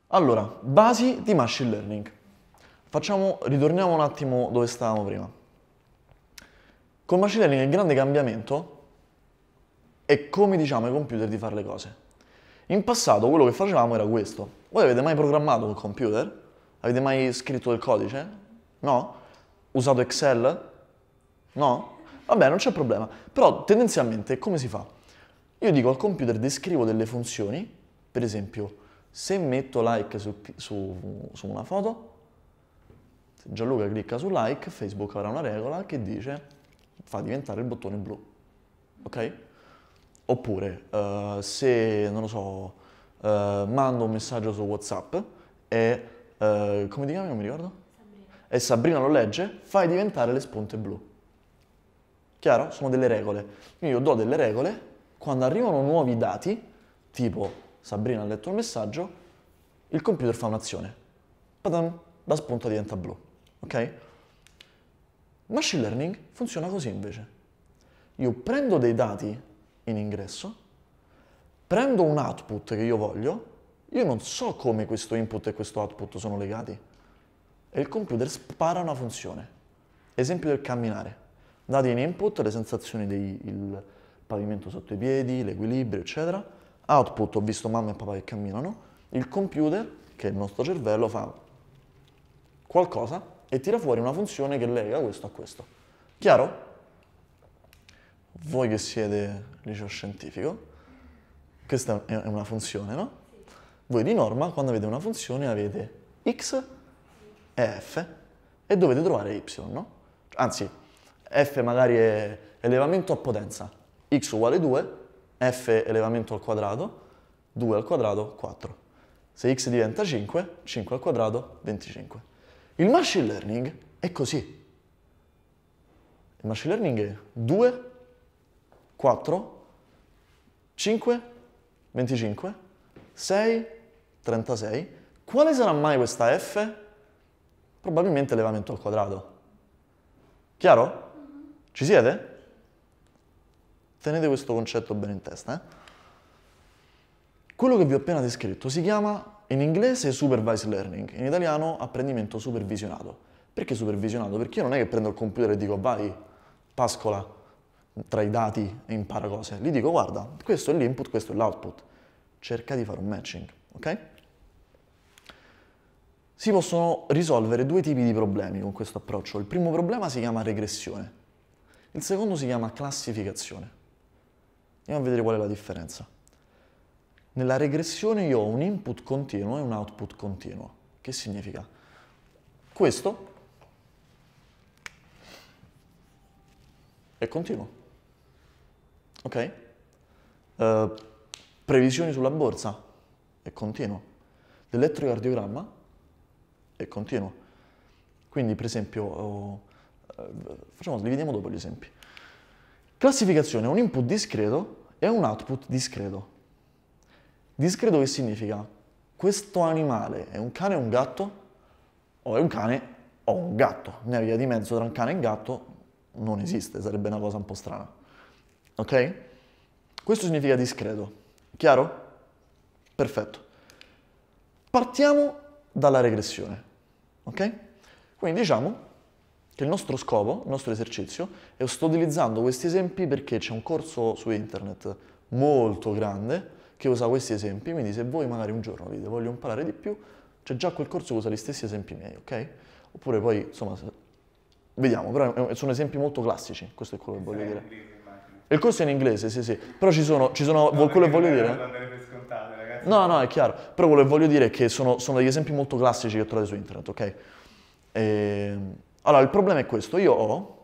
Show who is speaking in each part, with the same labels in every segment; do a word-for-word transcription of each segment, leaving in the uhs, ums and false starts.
Speaker 1: Allora, basi di machine learning. Facciamo, ritorniamo un attimo dove stavamo prima. Con machine learning il grande cambiamento è come diciamo ai computer di fare le cose. In passato quello che facevamo era questo. Voi avete mai programmato un computer? Avete mai scritto del codice? No? Usato Excel? No? Vabbè, non c'è problema. Però tendenzialmente come si fa? Io dico al computer descrivo delle funzioni, per esempio, se metto like su, su, su una foto, se Gianluca clicca su like, Facebook avrà una regola che dice fa diventare il bottone blu. Ok? Oppure, uh, se, non lo so, uh, mando un messaggio su WhatsApp e, uh, come ti chiami? Non mi ricordo? Sabrina. E Sabrina lo legge, fai diventare le spunte blu. Chiaro? Sono delle regole. Quindi io do delle regole, quando arrivano nuovi dati, tipo Sabrina ha letto il messaggio, il computer fa un'azione. Padam, la spunta diventa blu. Ok? Machine learning funziona così invece. Io prendo dei dati in ingresso, prendo un output che io voglio, io non so come questo input e questo output sono legati. E il computer spara una funzione. Esempio del camminare. Dati in input, le sensazioni del pavimento sotto i piedi, l'equilibrio, eccetera. Output, ho visto mamma e papà che camminano. Il computer, che è il nostro cervello, fa qualcosa e tira fuori una funzione che lega questo a questo. Chiaro? Voi che siete liceo scientifico, questa è una funzione, no? Voi di norma, quando avete una funzione, avete x e f e dovete trovare y, no? Anzi, f magari è elevamento a potenza, x uguale due, f elevamento al quadrato, due al quadrato, quattro. Se x diventa cinque, cinque al quadrato, venticinque. Il machine learning è così. Il machine learning è due, quattro, cinque, venticinque, sei, trentasei. Quale sarà mai questa f? Probabilmente elevamento al quadrato. Chiaro? Ci siete? Tenete questo concetto bene in testa. Eh? Quello che vi ho appena descritto si chiama in inglese supervised learning, in italiano apprendimento supervisionato. Perché supervisionato? Perché io non è che prendo il computer e dico vai, pascola tra i dati e impara cose. Gli dico guarda, questo è l'input, questo è l'output. Cerca di fare un matching, ok? Si possono risolvere due tipi di problemi con questo approccio. Il primo problema si chiama regressione, il secondo si chiama classificazione. Andiamo a vedere qual è la differenza. Nella regressione io ho un input continuo e un output continuo. Che significa? Questo è continuo. Ok? Uh, previsioni sulla borsa è continuo. L'elettrocardiogramma è continuo. Quindi, per esempio, oh, uh, facciamo, li vediamo dopo gli esempi. Classificazione è un input discreto e un output discreto. Discreto che significa? Questo animale è un cane o un gatto? O è un cane o un gatto. Nella via di mezzo tra un cane e un gatto non esiste, sarebbe una cosa un po' strana. Ok? Questo significa discreto. Chiaro? Perfetto. Partiamo dalla regressione. Ok? Quindi diciamo che il nostro scopo, il nostro esercizio, è sto utilizzando questi esempi perché c'è un corso su internet molto grande che usa questi esempi, quindi se voi magari un giorno dite voglio imparare di più, c'è già quel corso che usa gli stessi esempi miei, ok? Oppure poi, insomma, se... vediamo, però sono esempi molto classici, questo è quello che voglio dire. Il corso è in inglese, sì, sì, però ci sono, ci sono no, quello che voglio dire...
Speaker 2: Scontate, ragazzi.
Speaker 1: No, no, è chiaro, però quello che voglio dire è che sono, sono degli esempi molto classici che trovate su internet, ok? E... Allora, il problema è questo, io ho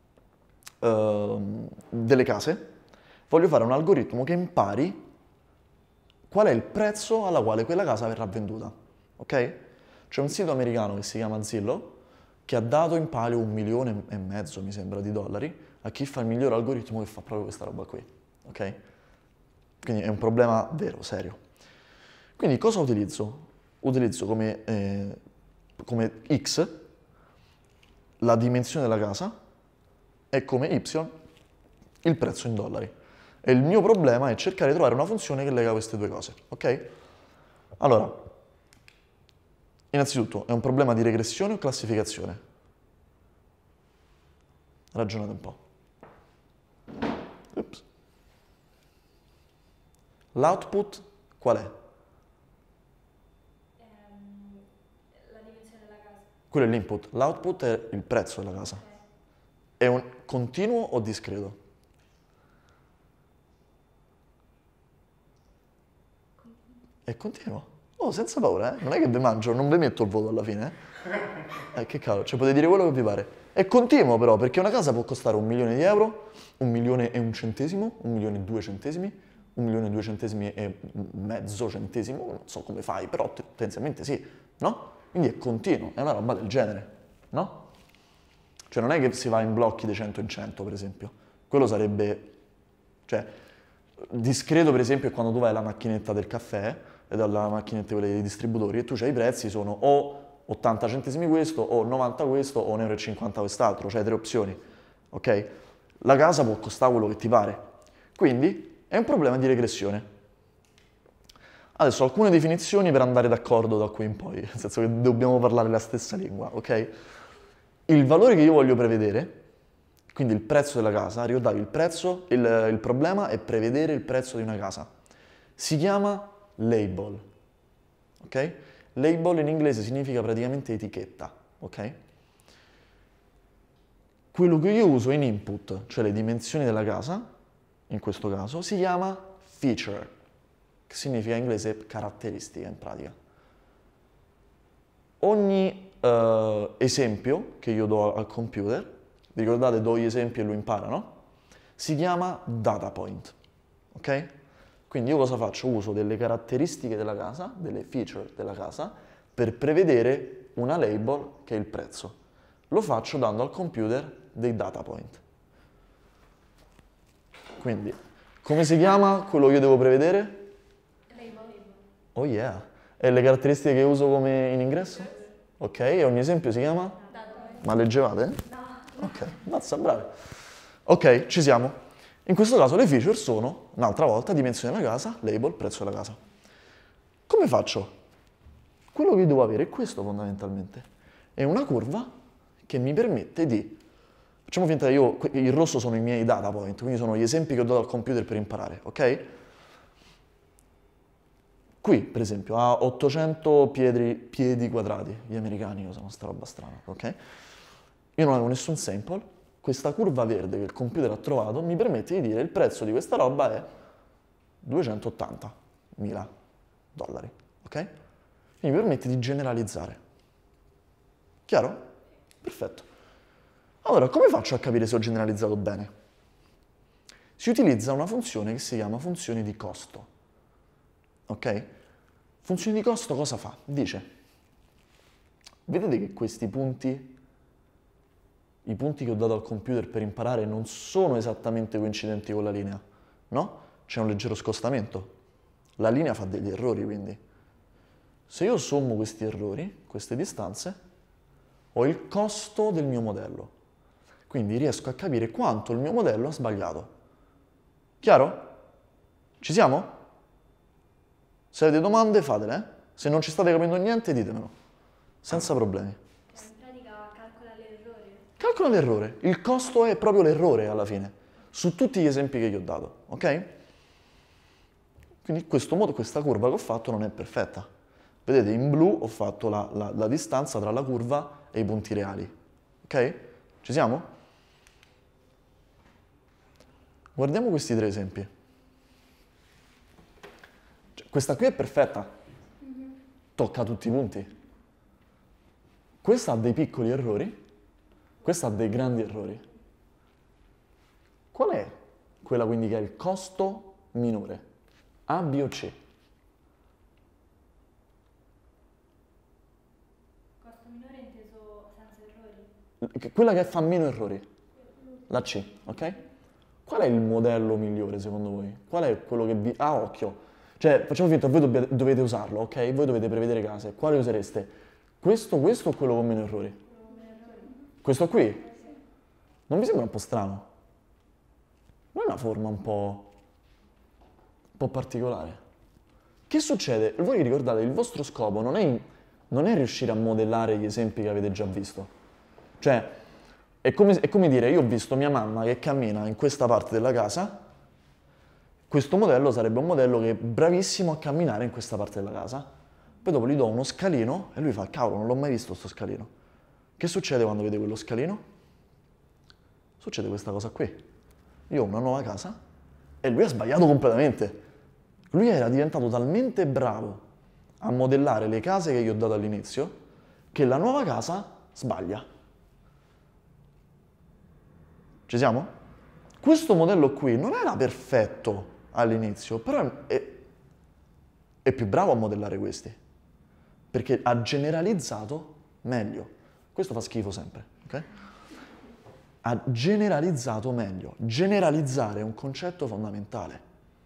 Speaker 1: uh, delle case, voglio fare un algoritmo che impari qual è il prezzo alla quale quella casa verrà venduta, ok? C'è un sito americano che si chiama Zillow che ha dato in palio un milione e mezzo, mi sembra, di dollari a chi fa il miglior algoritmo che fa proprio questa roba qui, ok? Quindi è un problema vero, serio. Quindi cosa utilizzo? Utilizzo come, eh, come x la dimensione della casa e come y il prezzo in dollari. E il mio problema è cercare di trovare una funzione che lega queste due cose, ok? Allora, Innanzitutto, è un problema di regressione o classificazione? Ragionate un po'. Ups. L'output qual è?
Speaker 2: Ehm, la dimensione della casa.
Speaker 1: Quello è l'input. L'output è il prezzo della casa.
Speaker 2: Ok.
Speaker 1: È un continuo o discreto? È continuo. Oh, senza paura, eh? Non è che vi mangio, non vi metto il voto alla fine, eh? Eh, che cavolo, cioè potete dire quello che vi pare. È continuo però, perché una casa può costare un milione di euro, un milione e un centesimo, un milione e due centesimi, un milione e due centesimi e mezzo centesimo, non so come fai, però tendenzialmente sì, no? Quindi è continuo, è una roba del genere, no? Cioè non è che si va in blocchi di cento in cento, per esempio. Quello sarebbe, cioè, discreto per esempio è quando tu vai alla macchinetta del caffè e dalla macchinetta quelle dei distributori e tu c'hai i prezzi, sono o ottanta centesimi questo, o novanta questo, o un euro e cinquanta quest'altro, c'hai tre opzioni, ok? La casa può costare quello che ti pare. Quindi è un problema di regressione. Adesso alcune definizioni per andare d'accordo da qui in poi, nel senso che dobbiamo parlare la stessa lingua, ok? Il valore che io voglio prevedere, quindi il prezzo della casa, ricordatevi il prezzo, il, il problema è prevedere il prezzo di una casa. Si chiama label, ok? Label in inglese significa praticamente etichetta, ok? Quello che io uso in input, cioè le dimensioni della casa, in questo caso, si chiama feature, che significa in inglese caratteristica in pratica. Ogni uh, esempio che io do al computer, vi ricordate do gli esempi e lui impara, no? Si chiama data point, ok? Quindi io cosa faccio? Uso delle caratteristiche della casa, delle feature della casa, per prevedere una label che è il prezzo. Lo faccio dando al computer dei data point. Quindi, come si chiama quello che io devo prevedere?
Speaker 2: Label.
Speaker 1: Oh yeah! E le caratteristiche che uso come in ingresso? Ok, e ogni esempio si chiama?
Speaker 2: Data.
Speaker 1: Ma leggevate?
Speaker 2: No.
Speaker 1: Ok, mazza, bravi. Ok, ci siamo. In questo caso le feature sono, un'altra volta, dimensione della casa, label, prezzo della casa. Come faccio? Quello che devo avere è questo fondamentalmente. È una curva che mi permette di... Facciamo finta che io, il rosso sono i miei data point, quindi sono gli esempi che ho dato al computer per imparare, ok? Qui, per esempio, ha ottocento piedi, piedi quadrati, gli americani usano sta roba strana, ok? Io non avevo nessun sample, questa curva verde che il computer ha trovato mi permette di dire il prezzo di questa roba è duecentottantamila dollari, ok? Quindi mi permette di generalizzare. Chiaro? Perfetto. Allora, come faccio a capire se ho generalizzato bene? Si utilizza una funzione che si chiama funzione di costo. Ok? Funzione di costo cosa fa? Dice, vedete che questi punti, i punti che ho dato al computer per imparare non sono esattamente coincidenti con la linea, no? C'è un leggero scostamento. La linea fa degli errori, quindi. Se io sommo questi errori, queste distanze, ho il costo del mio modello. Quindi riesco a capire quanto il mio modello ha sbagliato. Chiaro? Ci siamo? Se avete domande fatele, eh? Se non ci state capendo niente ditemelo, senza problemi.
Speaker 2: Cioè, in pratica calcola l'errore.
Speaker 1: Calcola l'errore, il costo è proprio l'errore alla fine, su tutti gli esempi che gli ho dato, ok? Quindi questo modo, questa curva che ho fatto non è perfetta. Vedete, in blu ho fatto la, la, la distanza tra la curva e i punti reali, ok? Ci siamo? Guardiamo questi tre esempi. Cioè, questa qui è perfetta, tocca tutti i punti. Questa ha dei piccoli errori, questa ha dei grandi errori. Qual è quella quindi che ha il costo minore? A, B o C?
Speaker 2: Costo minore inteso senza errori.
Speaker 1: Quella che fa meno errori. La C, ok? Qual è il modello migliore secondo voi? Qual è quello che vi... Ah, occhio. Cioè, facciamo finta che voi dobbiate, dovete usarlo, ok? Voi dovete prevedere case. Quale usereste? Questo, questo o quello con meno errori?
Speaker 2: Con errori.
Speaker 1: Questo qui? Non vi sembra un po' strano? Non è una forma un po'... un po' particolare? Che succede? Voi ricordate, il vostro scopo non è in- non è riuscire a modellare gli esempi che avete già visto. Cioè, è come, è come dire, io ho visto mia mamma che cammina in questa parte della casa, questo modello sarebbe un modello che è bravissimo a camminare in questa parte della casa, poi dopo gli do uno scalino e lui fa, cavolo, non l'ho mai visto sto scalino. Che succede quando vede quello scalino? Succede questa cosa qui. Io ho una nuova casa e lui ha sbagliato completamente. Lui era diventato talmente bravo a modellare le case che gli ho dato all'inizio che la nuova casa sbaglia. Ci siamo? Questo modello qui non era perfetto all'inizio, però è, è più bravo a modellare questi, perché ha generalizzato meglio. Questo fa schifo sempre, ok? Ha generalizzato meglio. Generalizzare è un concetto fondamentale.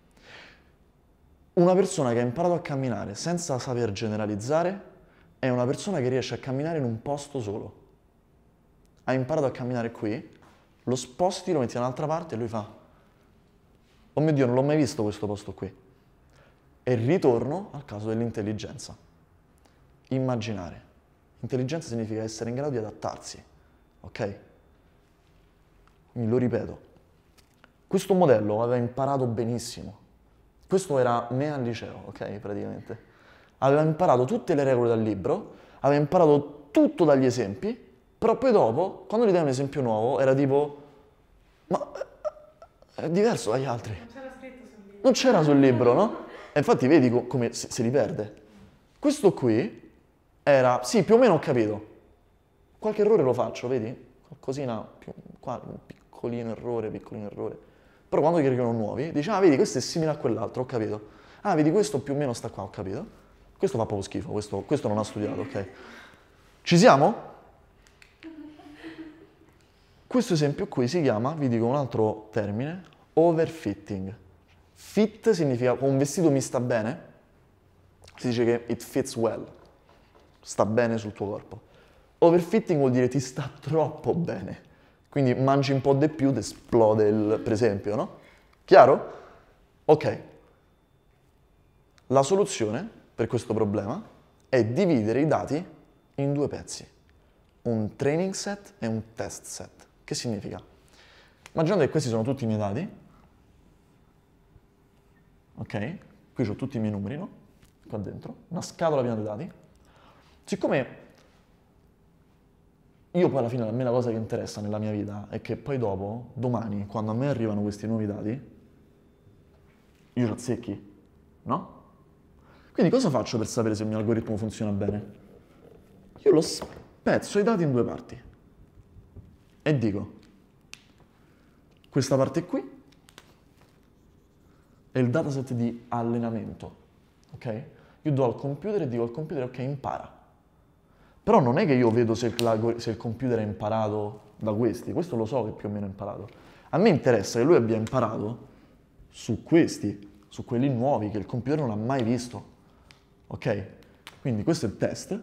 Speaker 1: Una persona che ha imparato a camminare senza saper generalizzare è una persona che riesce a camminare in un posto solo. Ha imparato a camminare qui, lo sposti, lo metti da un'altra parte e lui fa oh mio Dio, non l'ho mai visto questo posto qui. E ritorno al caso dell'intelligenza. Immaginare. Intelligenza significa essere in grado di adattarsi, ok? Quindi lo ripeto. Questo modello aveva imparato benissimo. Questo era me al liceo, ok? Praticamente. Aveva imparato tutte le regole dal libro, aveva imparato tutto dagli esempi, però poi dopo, quando gli dai un esempio nuovo, era tipo, ma è diverso dagli altri.
Speaker 2: Non c'era scritto sul libro.
Speaker 1: Non c'era sul libro, no? E infatti vedi co- come se, se li perde. Questo qui era, sì, più o meno ho capito. Qualche errore lo faccio, vedi? Qualcosina, più, qua, un piccolino errore, piccolino errore. Però quando gli arrivano nuovi, dici, ah, vedi, questo è simile a quell'altro, ho capito. Ah, vedi, questo più o meno sta qua, ho capito. Questo fa proprio schifo, questo, questo non ha studiato, ok? Ci siamo? Questo esempio qui si chiama, vi dico un altro termine, overfitting. Fit significa un vestito mi sta bene, si dice che it fits well, sta bene sul tuo corpo. Overfitting vuol dire ti sta troppo bene, quindi mangi un po' di più ed esplode il, per esempio, no? Chiaro? Ok. La soluzione per questo problema è dividere i dati in due pezzi, un training set e un test set. Che significa? Immaginate che questi sono tutti i miei dati, ok? Qui ho tutti i miei numeri, no? Qua dentro, una scatola piena di dati. Siccome io poi alla fine a me la cosa che interessa nella mia vita è che poi dopo, domani, quando a me arrivano questi nuovi dati, io li azzecchi, no? Quindi cosa faccio per sapere se il mio algoritmo funziona bene? Io lo spezzo i dati in due parti e dico, questa parte qui è il dataset di allenamento, ok? Io do al computer e dico al computer, ok, impara. Però non è che io vedo se il, se il computer ha imparato da questi, questo lo so che più o meno ha imparato. A me interessa che lui abbia imparato su questi, su quelli nuovi che il computer non ha mai visto, ok? Quindi questo è il test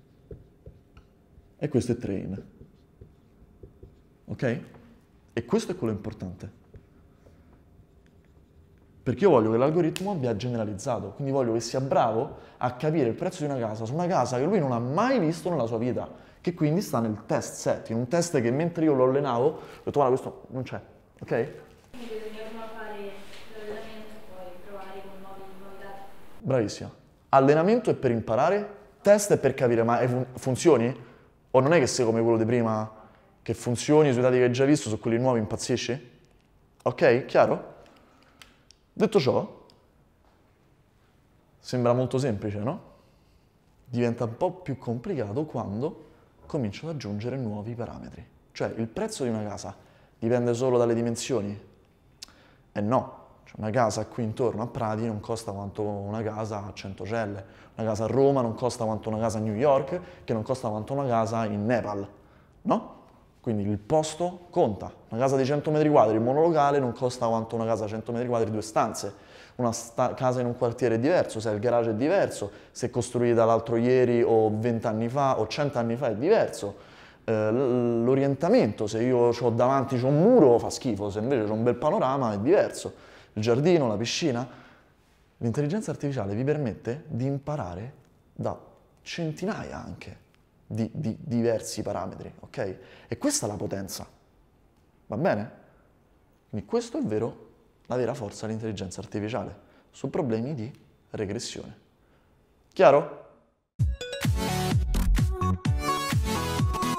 Speaker 1: e questo è train, ok? E questo è quello importante. Perché io voglio che l'algoritmo abbia generalizzato, quindi voglio che sia bravo a capire il prezzo di una casa su una casa che lui non ha mai visto nella sua vita, che quindi sta nel test set, in un test che mentre io lo allenavo, ho detto guarda questo non c'è, ok?
Speaker 2: Quindi bisogna prima fare l'allenamento e poi provare con nuovi, nuovi dati.
Speaker 1: Bravissima. Allenamento è per imparare, test è per capire ma fun- funzioni? O non è che sei come quello di prima, che funzioni sui dati che hai già visto, su quelli nuovi impazzisci? Ok? Chiaro? Detto ciò, sembra molto semplice, no? Diventa un po' più complicato quando comincio ad aggiungere nuovi parametri. Cioè, il prezzo di una casa dipende solo dalle dimensioni? E no. Cioè, una casa qui intorno a Prati non costa quanto una casa a Centocelle, una casa a Roma non costa quanto una casa a New York, che non costa quanto una casa in Nepal, no? Quindi il posto conta. Una casa di cento metri quadri monolocale non costa quanto una casa a cento metri quadri, due stanze. Una sta- casa in un quartiere è diverso, se il garage è diverso, se è costruita l'altro ieri o vent'anni fa o cent'anni fa è diverso. Eh, l- l'orientamento, se io ho davanti c'ho un muro fa schifo, se invece c'ho un bel panorama è diverso. Il giardino, la piscina. L'intelligenza artificiale vi permette di imparare da centinaia anche di, di diversi parametri, ok? E questa è la potenza, va bene? Quindi questo è vero, la vera forza dell'intelligenza artificiale su problemi di regressione. Chiaro?